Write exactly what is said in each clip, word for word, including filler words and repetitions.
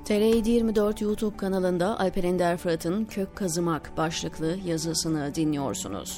T R yedi yirmi dört YouTube kanalında Alper Ender Fırat'ın Kök Kazımak başlıklı yazısını dinliyorsunuz.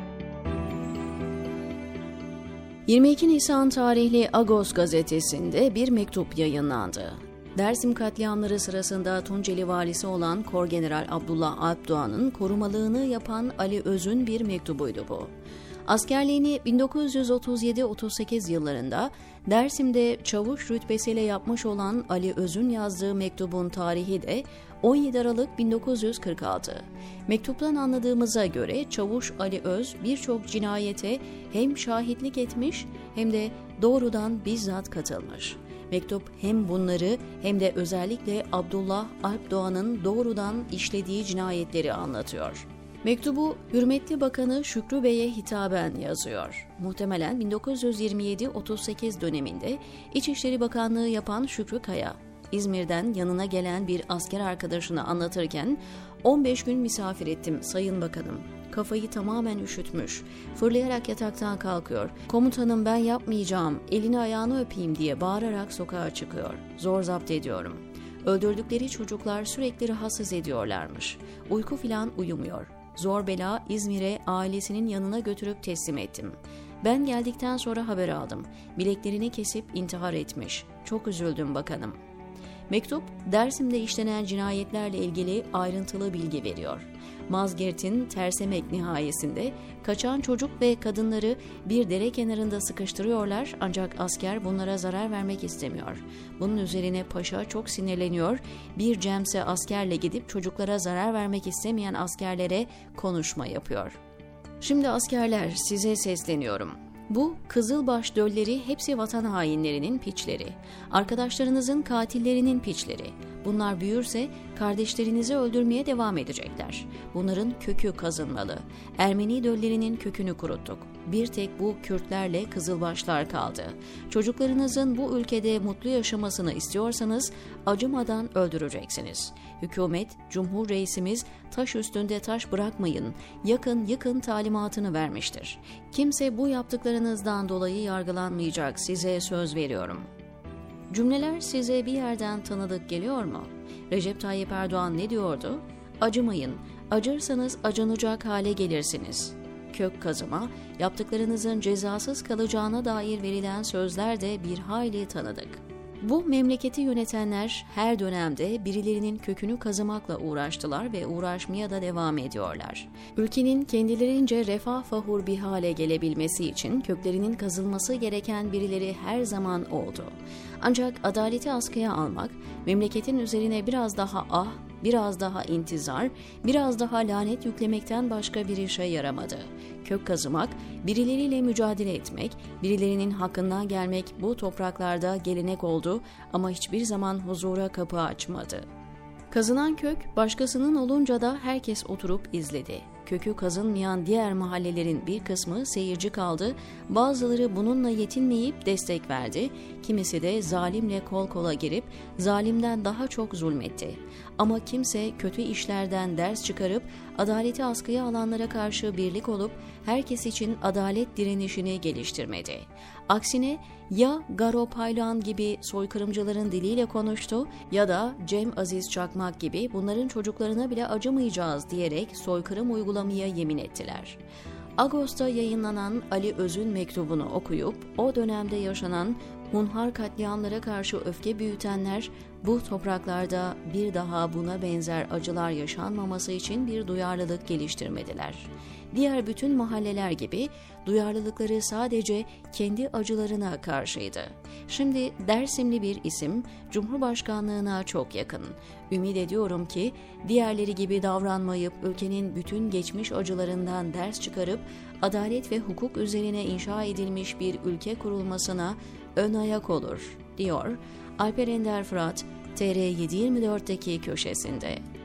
yirmi iki Nisan tarihli Agos gazetesinde bir mektup yayınlandı. Dersim katliamları sırasında Tunceli valisi olan Korgeneral Abdullah Alp Doğan'ın korumalığını yapan Ali Öz'ün bir mektubuydu bu. Askerliğini bin dokuz yüz otuz yedi otuz sekiz yıllarında Dersim'de çavuş rütbesiyle yapmış olan Ali Öz'ün yazdığı mektubun tarihi de on yedi Aralık bin dokuz yüz kırk altı. Mektuptan anladığımıza göre çavuş Ali Öz birçok cinayete hem şahitlik etmiş hem de doğrudan bizzat katılmış. Mektup hem bunları hem de özellikle Abdullah Alp Doğan'ın doğrudan işlediği cinayetleri anlatıyor. Mektubu Hürmetli Bakanı Şükrü Bey'e hitaben yazıyor. Muhtemelen bin dokuz yüz yirmi yedi otuz sekiz döneminde İçişleri Bakanlığı yapan Şükrü Kaya, İzmir'den yanına gelen bir asker arkadaşını anlatırken on beş gün misafir ettim Sayın Bakanım. Kafayı tamamen üşütmüş. Fırlayarak yataktan kalkıyor. Komutanım ben yapmayacağım, elini ayağını öpeyim diye bağırarak sokağa çıkıyor. Zor zapt ediyorum. Öldürdükleri çocuklar sürekli rahatsız ediyorlarmış. Uyku filan uyumuyor. Zor bela İzmir'e ailesinin yanına götürüp teslim ettim. Ben geldikten sonra haber aldım. Bileklerini kesip intihar etmiş. Çok üzüldüm bakanım. Mektup, Dersim'de işlenen cinayetlerle ilgili ayrıntılı bilgi veriyor. Mazgirt'in Tersemek nihayesinde kaçan çocuk ve kadınları bir dere kenarında sıkıştırıyorlar ancak asker bunlara zarar vermek istemiyor. Bunun üzerine paşa çok sinirleniyor, bir cemse askerle gidip çocuklara zarar vermek istemeyen askerlere konuşma yapıyor. Şimdi askerler size sesleniyorum. Bu Kızılbaş dölleri hepsi vatan hainlerinin piçleri. Arkadaşlarınızın katillerinin piçleri. Bunlar büyürse kardeşlerinizi öldürmeye devam edecekler. Bunların kökü kazınmalı. Ermeni döllerinin kökünü kuruttuk. Bir tek bu Kürtlerle Kızılbaşlar kaldı. Çocuklarınızın bu ülkede mutlu yaşamasını istiyorsanız acımadan öldüreceksiniz. Hükümet, Cumhur Reisimiz taş üstünde taş bırakmayın, yakın yıkın talimatını vermiştir. Kimse bu yaptıklarınızdan dolayı yargılanmayacak, size söz veriyorum. Cümleler size bir yerden tanıdık geliyor mu? Recep Tayyip Erdoğan ne diyordu? Acımayın, acırsanız acınacak hale gelirsiniz. Kök kazıma, yaptıklarınızın cezasız kalacağına dair verilen sözler de bir hayli tanıdık. Bu memleketi yönetenler her dönemde birilerinin kökünü kazımakla uğraştılar ve uğraşmaya da devam ediyorlar. Ülkenin kendilerince refah fahur bir hale gelebilmesi için köklerinin kazılması gereken birileri her zaman oldu. Ancak adaleti askıya almak, memleketin üzerine biraz daha ah, biraz daha intizar, biraz daha lanet yüklemekten başka bir işe yaramadı. Kök kazımak, birileriyle mücadele etmek, birilerinin hakkından gelmek bu topraklarda gelenek oldu ama hiçbir zaman huzura kapı açmadı. Kazınan kök başkasının olunca da herkes oturup izledi. Kökü kazınmayan diğer mahallelerin bir kısmı seyirci kaldı, bazıları bununla yetinmeyip destek verdi, kimisi de zalimle kol kola girip zalimden daha çok zulmetti. Ama kimse kötü işlerden ders çıkarıp adaleti askıya alanlara karşı birlik olup herkes için adalet direnişini geliştirmedi. Aksine ya Garo Paylan gibi soykırımcıların diliyle konuştu ya da Cem Aziz Çakmak gibi bunların çocuklarına bile acımayacağız diyerek soykırım uygulamaya yemin ettiler. Ağustos'ta yayınlanan Ali Öz'ün mektubunu okuyup o dönemde yaşanan hunhar katliamlara karşı öfke büyütenler bu topraklarda bir daha buna benzer acılar yaşanmaması için bir duyarlılık geliştirmediler. Diğer bütün mahalleler gibi duyarlılıkları sadece kendi acılarına karşıydı. Şimdi Dersimli bir isim Cumhurbaşkanlığına çok yakın. Ümit ediyorum ki diğerleri gibi davranmayıp ülkenin bütün geçmiş acılarından ders çıkarıp adalet ve hukuk üzerine inşa edilmiş bir ülke kurulmasına ön ayak olur, diyor Alper Ender Fırat T R yedi yirmi dörtteki köşesinde.